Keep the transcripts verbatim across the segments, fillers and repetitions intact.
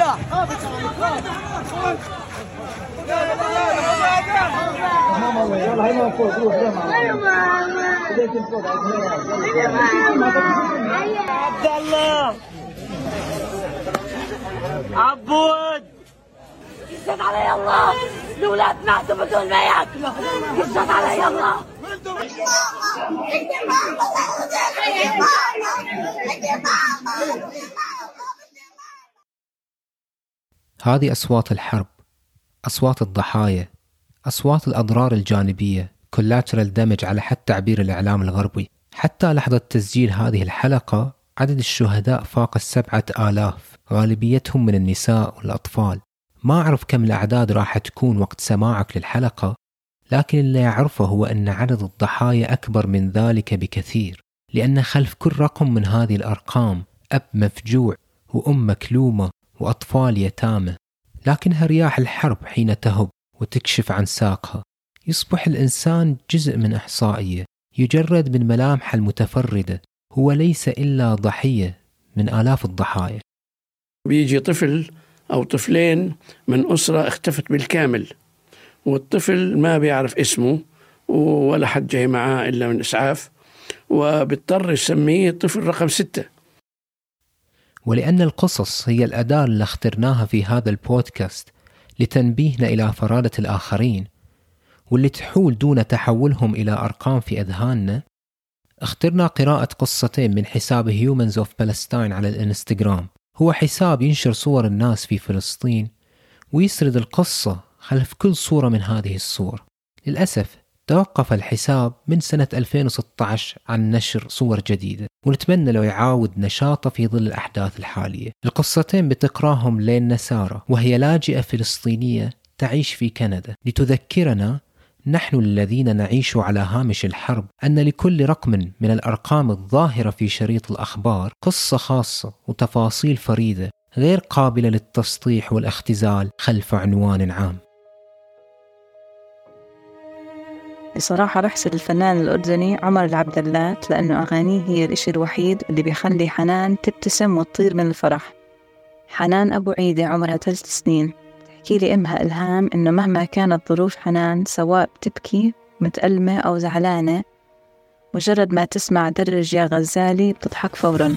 عبد الله عبود يشهد علي الله، الأولاد ماتوا بدون ما ياكلوا، يشهد علي الله. هذه أصوات الحرب، أصوات الضحايا، أصوات الأضرار الجانبية، collateral damage على حد تعبير الإعلام الغربي. حتى لحظة تسجيل هذه الحلقة عدد الشهداء فاق السبعة آلاف، غالبيتهم من النساء والأطفال. ما أعرف كم الأعداد راح تكون وقت سماعك للحلقة، لكن اللي يعرفه هو أن عدد الضحايا أكبر من ذلك بكثير، لأن خلف كل رقم من هذه الأرقام أب مفجوع وأم مكلومة وأطفال يتامى. لكنها رياح الحرب حين تهب وتكشف عن ساقها، يصبح الإنسان جزء من إحصائية، يجرد من ملامح المتفردة، هو ليس إلا ضحية من آلاف الضحايا. بيجي طفل أو طفلين من أسرة اختفت بالكامل، والطفل ما بيعرف اسمه ولا حد جاي معاه إلا من إسعاف، وبيضطر يسميه الطفل رقم ستة. ولأن القصص هي الأداة اللي اخترناها في هذا البودكاست لتنبيهنا إلى فرادة الآخرين، واللي تحول دون تحولهم إلى أرقام في أذهاننا، اخترنا قراءة قصتين من حساب Humans of Palestine على الانستغرام. هو حساب ينشر صور الناس في فلسطين ويسرد القصة خلف كل صورة من هذه الصور. للأسف توقف الحساب من سنة ألفين وستة عشر عن نشر صور جديدة، ونتمنى لو يعاود نشاطه في ظل الأحداث الحالية. القصتين بتقراهم لين سارة، وهي لاجئة فلسطينية تعيش في كندا، لتذكرنا نحن الذين نعيش على هامش الحرب أن لكل رقم من الأرقام الظاهرة في شريط الأخبار قصة خاصة وتفاصيل فريدة غير قابلة للتسطيح والاختزال خلف عنوان عام. بصراحة رحسة الفنان الأردني عمر العبدلات، لأنه أغانيه هي الإشي الوحيد اللي بيخلي حنان تبتسم وتطير من الفرح. حنان أبو عيدة عمرها ثلاث سنين، تحكي لي إمها إلهام إنه مهما كانت ظروف حنان، سواء بتبكي متألمة أو زعلانة، مجرد ما تسمع درج يا غزالي بتضحك فوراً.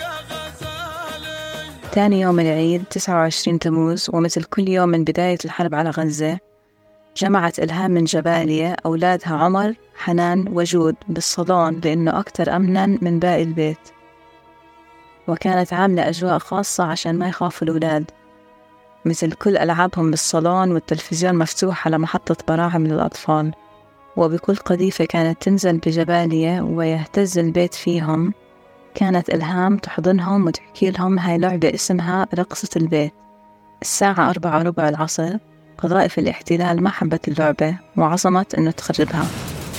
تاني يوم العيد تسعة وعشرين تموز، ومثل كل يوم من بداية الحرب على غزة، جمعت إلهام من جبالية أولادها عمر، حنان وجود بالصالون، لأنه أكتر أمناً من باقي البيت، وكانت عاملة أجواء خاصة عشان ما يخافوا الأولاد، مثل كل ألعابهم بالصالون، والتلفزيون مفتوح على محطة براعم للأطفال. وبكل قذيفة كانت تنزل بجبالية ويهتز البيت فيهم، كانت إلهام تحضنهم وتحكي لهم هاي لعبة اسمها رقصة البيت. الساعة أربعة وربع العصر قذائف الاحتلال ما حبت اللعبة وعصمت أنه تخربها.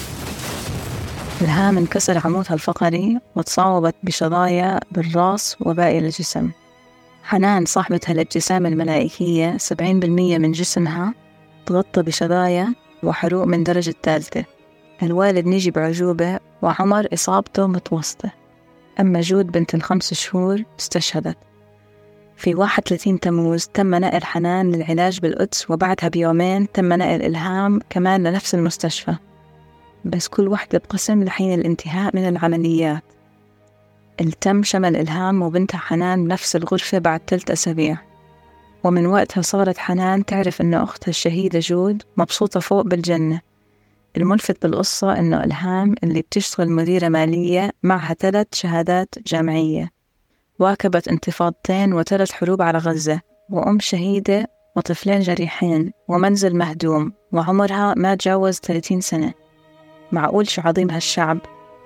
إلهام انكسر عمودها الفقري وتصاوبت بشظايا بالراس وباقي الجسم. حنان صاحبتها الابتسامة الملائكية سبعين بالمية من جسمها تغطى بشظايا وحروق من درجة ثالثة. الوالد نجي بعجوبة، وعمر إصابته متوسطة. أما جود بنت الخمس شهور استشهدت. في واحد وثلاثين تموز تم نقل حنان للعلاج بالقدس، وبعدها بيومين تم نقل إلهام كمان لنفس المستشفى، بس كل واحدة بقسم لحين الانتهاء من العمليات. التم شمل إلهام وبنتها حنان نفس الغرفة بعد ثلاث أسابيع، ومن وقتها صارت حنان تعرف أن أختها الشهيدة جود مبسوطة فوق بالجنة. الملفت بالقصة أنه إلهام اللي بتشتغل مديرة مالية معها ثلاث شهادات جامعية، واكبت انتفاضتين وثلاث حروب على غزة، وأم شهيدة وطفلين جريحين ومنزل مهدوم، وعمرها ما تجاوز ثلاثين سنة. معقول شو عظيم هالشعب.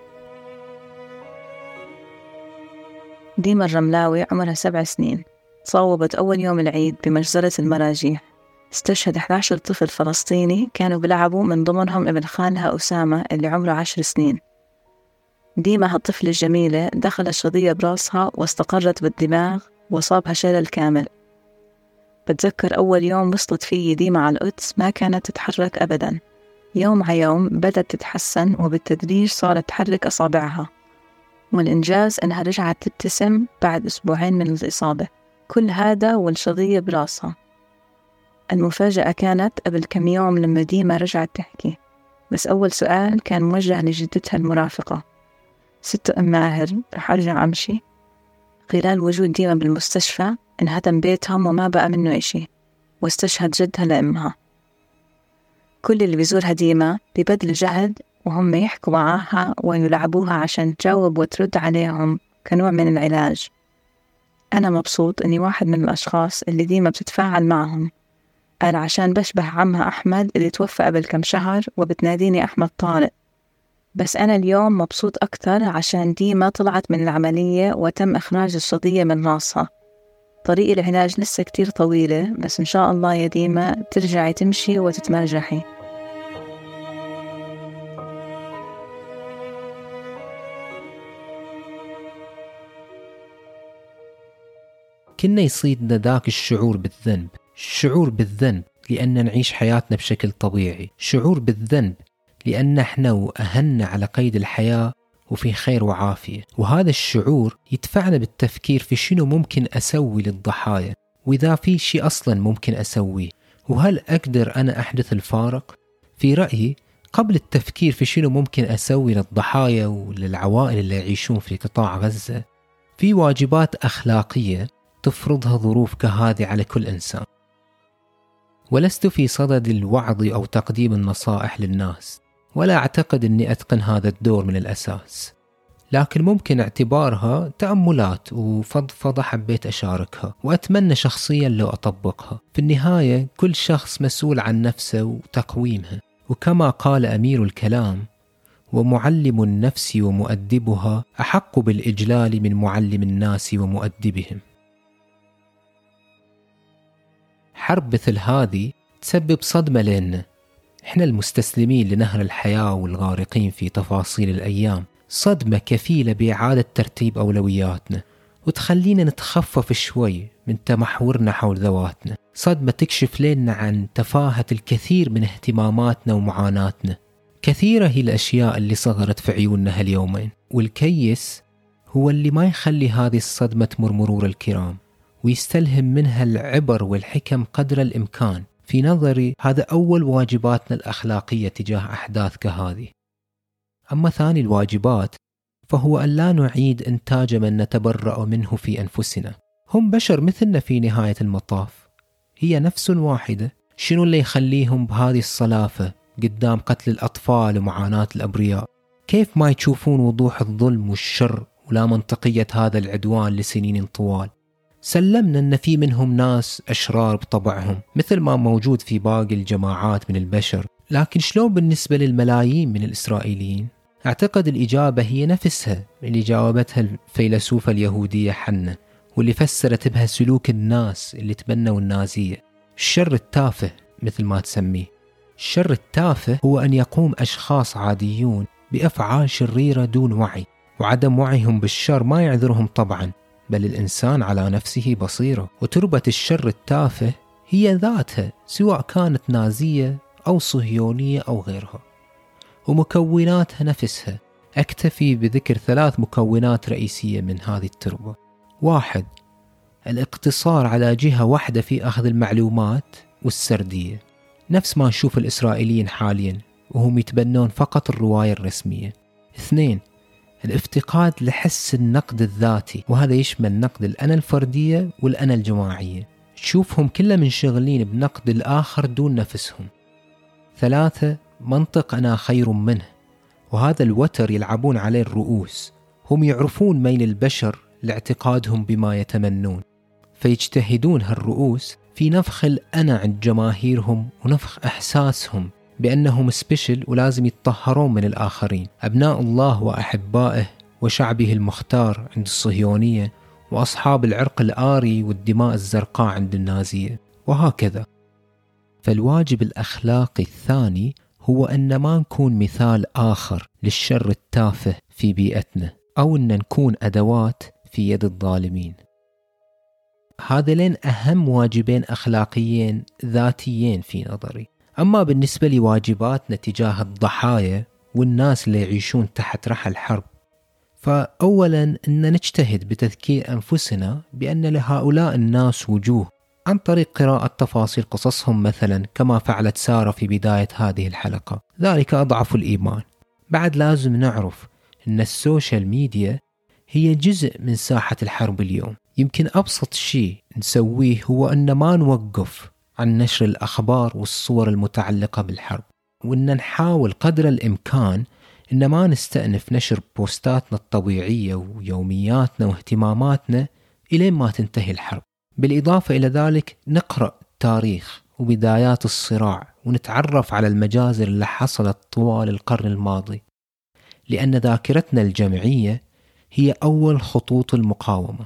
ديما الرملاوي عمرها سبع سنين، تصوبت أول يوم العيد بمجزرة المراجيح. استشهد إحدى عشر طفل فلسطيني كانوا بيلعبوا، من ضمنهم ابن خالها أسامة اللي عمره عشر سنين. ديما هالطفلة الجميلة دخل الشظية براسها واستقرت بالدماغ وصابها شلل كامل. بتذكر أول يوم وصلت فيه ديما على القدس ما كانت تتحرك أبدا. يوم على يوم بدأت تتحسن، وبالتدريج صارت تحرك أصابعها، والإنجاز أنها رجعت تبتسم بعد أسبوعين من الإصابة. كل هذا والشظية براسها. المفاجأة كانت قبل كم يوم لما ديما رجعت تحكي، بس أول سؤال كان موجه لجدتها المرافقة: ست أم ماهر، رح أرجع أمشي؟ خلال وجود ديما بالمستشفى انهدم بيتهم وما بقى منه إشي، واستشهد جدها لأمها. كل اللي بيزورها ديما ببذل جهد وهم يحكوا معاها ويلعبوها عشان تجاوب وترد عليهم كنوع من العلاج. أنا مبسوط إني واحد من الأشخاص اللي ديما بتتفاعل معهم. أنا عشان بشبه عمها أحمد اللي توفى قبل كم شهر وبتناديني أحمد طارق، بس أنا اليوم مبسوط أكتر عشان ديما طلعت من العملية وتم إخراج الشظية من راسها. طريق العلاج لسه كتير طويلة، بس إن شاء الله يا ديما ترجعي تمشي وتتمرجحي. كنا يصيدنا ذاك الشعور بالذنب، الشعور بالذنب لأن نعيش حياتنا بشكل طبيعي، شعور بالذنب لأن احنا وأهلنا على قيد الحياة وفي خير وعافية، وهذا الشعور يدفعنا بالتفكير في شنو ممكن أسوي للضحايا، وإذا في شيء أصلا ممكن أسويه، وهل أقدر أنا أحدث الفارق؟ في رأيي قبل التفكير في شنو ممكن أسوي للضحايا وللعوائل اللي يعيشون في قطاع غزة، في واجبات أخلاقية تفرضها ظروف كهذه على كل إنسان. ولست في صدد الوعظ أو تقديم النصائح للناس، ولا أعتقد أني أتقن هذا الدور من الأساس، لكن ممكن اعتبارها تأملات وفضفضة حبيت أشاركها، وأتمنى شخصيا لو أطبقها. في النهاية كل شخص مسؤول عن نفسه وتقويمها، وكما قال أمير الكلام: ومعلم النفس ومؤدبها أحق بالإجلال من معلم الناس ومؤدبهم. حرب مثل هذه تسبب صدمة لنا إحنا المستسلمين لنهر الحياة والغارقين في تفاصيل الأيام، صدمة كفيلة بإعادة ترتيب أولوياتنا وتخلينا نتخفف شوي من تمحورنا حول ذواتنا، صدمة تكشف لنا عن تفاهة الكثير من اهتماماتنا ومعاناتنا. كثيرة هي الأشياء اللي صغرت في عيوننا هاليومين، والكيس هو اللي ما يخلي هذه الصدمة تمر مرور الكرام، ويستلهم منها العبر والحكم قدر الإمكان. في نظري هذا أول واجباتنا الأخلاقية تجاه أحداث كهذه. أما ثاني الواجبات فهو أن لا نعيد إنتاج من نتبرأ منه في أنفسنا. هم بشر مثلنا في نهاية المطاف، هي نفس واحدة. شنو اللي يخليهم بهذه الصلافة قدام قتل الأطفال ومعاناة الأبرياء؟ كيف ما يشوفون وضوح الظلم والشر ولا منطقية هذا العدوان لسنين طوال؟ سلمنا أن في منهم ناس أشرار بطبعهم مثل ما موجود في باقي الجماعات من البشر، لكن شلون بالنسبة للملايين من الإسرائيليين؟ أعتقد الإجابة هي نفسها اللي جاوبتها الفيلسوفة اليهودية حنة، واللي فسرت بها سلوك الناس اللي تبنوا النازية. الشر التافه مثل ما تسميه. الشر التافه هو أن يقوم أشخاص عاديون بأفعال شريرة دون وعي، وعدم وعيهم بالشر ما يعذرهم طبعا، بل الإنسان على نفسه بصيرة. وتربة الشر التافه هي ذاتها، سواء كانت نازية أو صهيونية أو غيرها، ومكوناتها نفسها. أكتفي بذكر ثلاث مكونات رئيسية من هذه التربة. واحد، الاقتصار على جهة واحدة في أخذ المعلومات والسردية، نفس ما نشوف الإسرائيليين حاليا وهم يتبنون فقط الرواية الرسمية. اثنين، الافتقاد لحس النقد الذاتي، وهذا يشمل نقد الأنا الفردية والأنا الجماعية، تشوفهم كلها منشغلين بنقد الآخر دون نفسهم. ثلاثة، منطق أنا خير منه، وهذا الوتر يلعبون عليه الرؤوس. هم يعرفون ميل البشر لاعتقادهم بما يتمنون، فيجتهدون هالرؤوس في نفخ الأنا عند جماهيرهم ونفخ إحساسهم بأنهم سبيشل ولازم يتطهرون من الآخرين، أبناء الله وأحبائه وشعبه المختار عند الصهيونية، وأصحاب العرق الآري والدماء الزرقاء عند النازية، وهكذا. فالواجب الأخلاقي الثاني هو أن ما نكون مثال آخر للشر التافه في بيئتنا، أو أن نكون أدوات في يد الظالمين. هذين أهم واجبين أخلاقيين ذاتيين في نظري. أما بالنسبة لواجباتنا تجاه الضحايا والناس اللي يعيشون تحت رحى الحرب، فأولا أن نجتهد بتذكير أنفسنا بأن لهؤلاء الناس وجوه عن طريق قراءة تفاصيل قصصهم مثلا كما فعلت سارة في بداية هذه الحلقة، ذلك أضعف الإيمان. بعد لازم نعرف أن السوشيال ميديا هي جزء من ساحة الحرب اليوم. يمكن أبسط شيء نسويه هو أن ما نوقف عن نشر الأخبار والصور المتعلقة بالحرب، وأن نحاول قدر الإمكان أن ما نستأنف نشر بوستاتنا الطبيعية ويومياتنا واهتماماتنا إلى ما تنتهي الحرب. بالإضافة إلى ذلك نقرأ تاريخ وبدايات الصراع ونتعرف على المجازر اللي حصلت طوال القرن الماضي، لأن ذاكرتنا الجمعية هي أول خطوط المقاومة.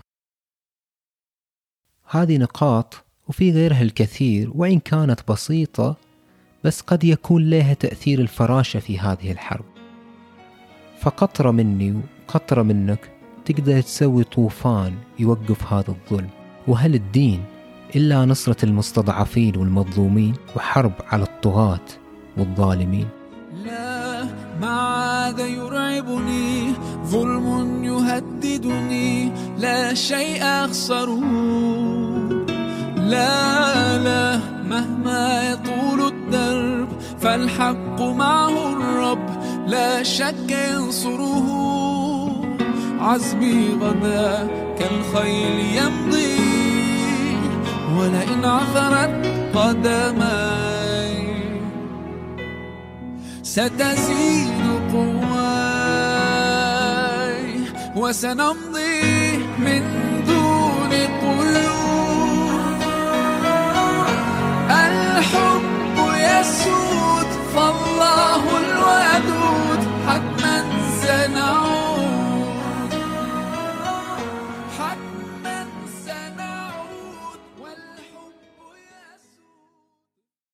هذه نقاط وفي غيرها الكثير، وإن كانت بسيطة بس قد يكون لها تأثير الفراشة في هذه الحرب. فقطرة مني وقطرة منك تقدر تسوي طوفان يوقف هذا الظلم. وهل الدين إلا نصرة المستضعفين والمظلومين وحرب على الطغاة والظالمين؟ لا، ما عاد يرعبني ظلم يهددني، لا شيء أخسره. لا لا، مهما يطول الدرب فالحق معه الرب، لا شك ينصره. عزمي غدا كالخيل يمضي، ولئن عثرت قدماي ستزيد قواي وسنمضي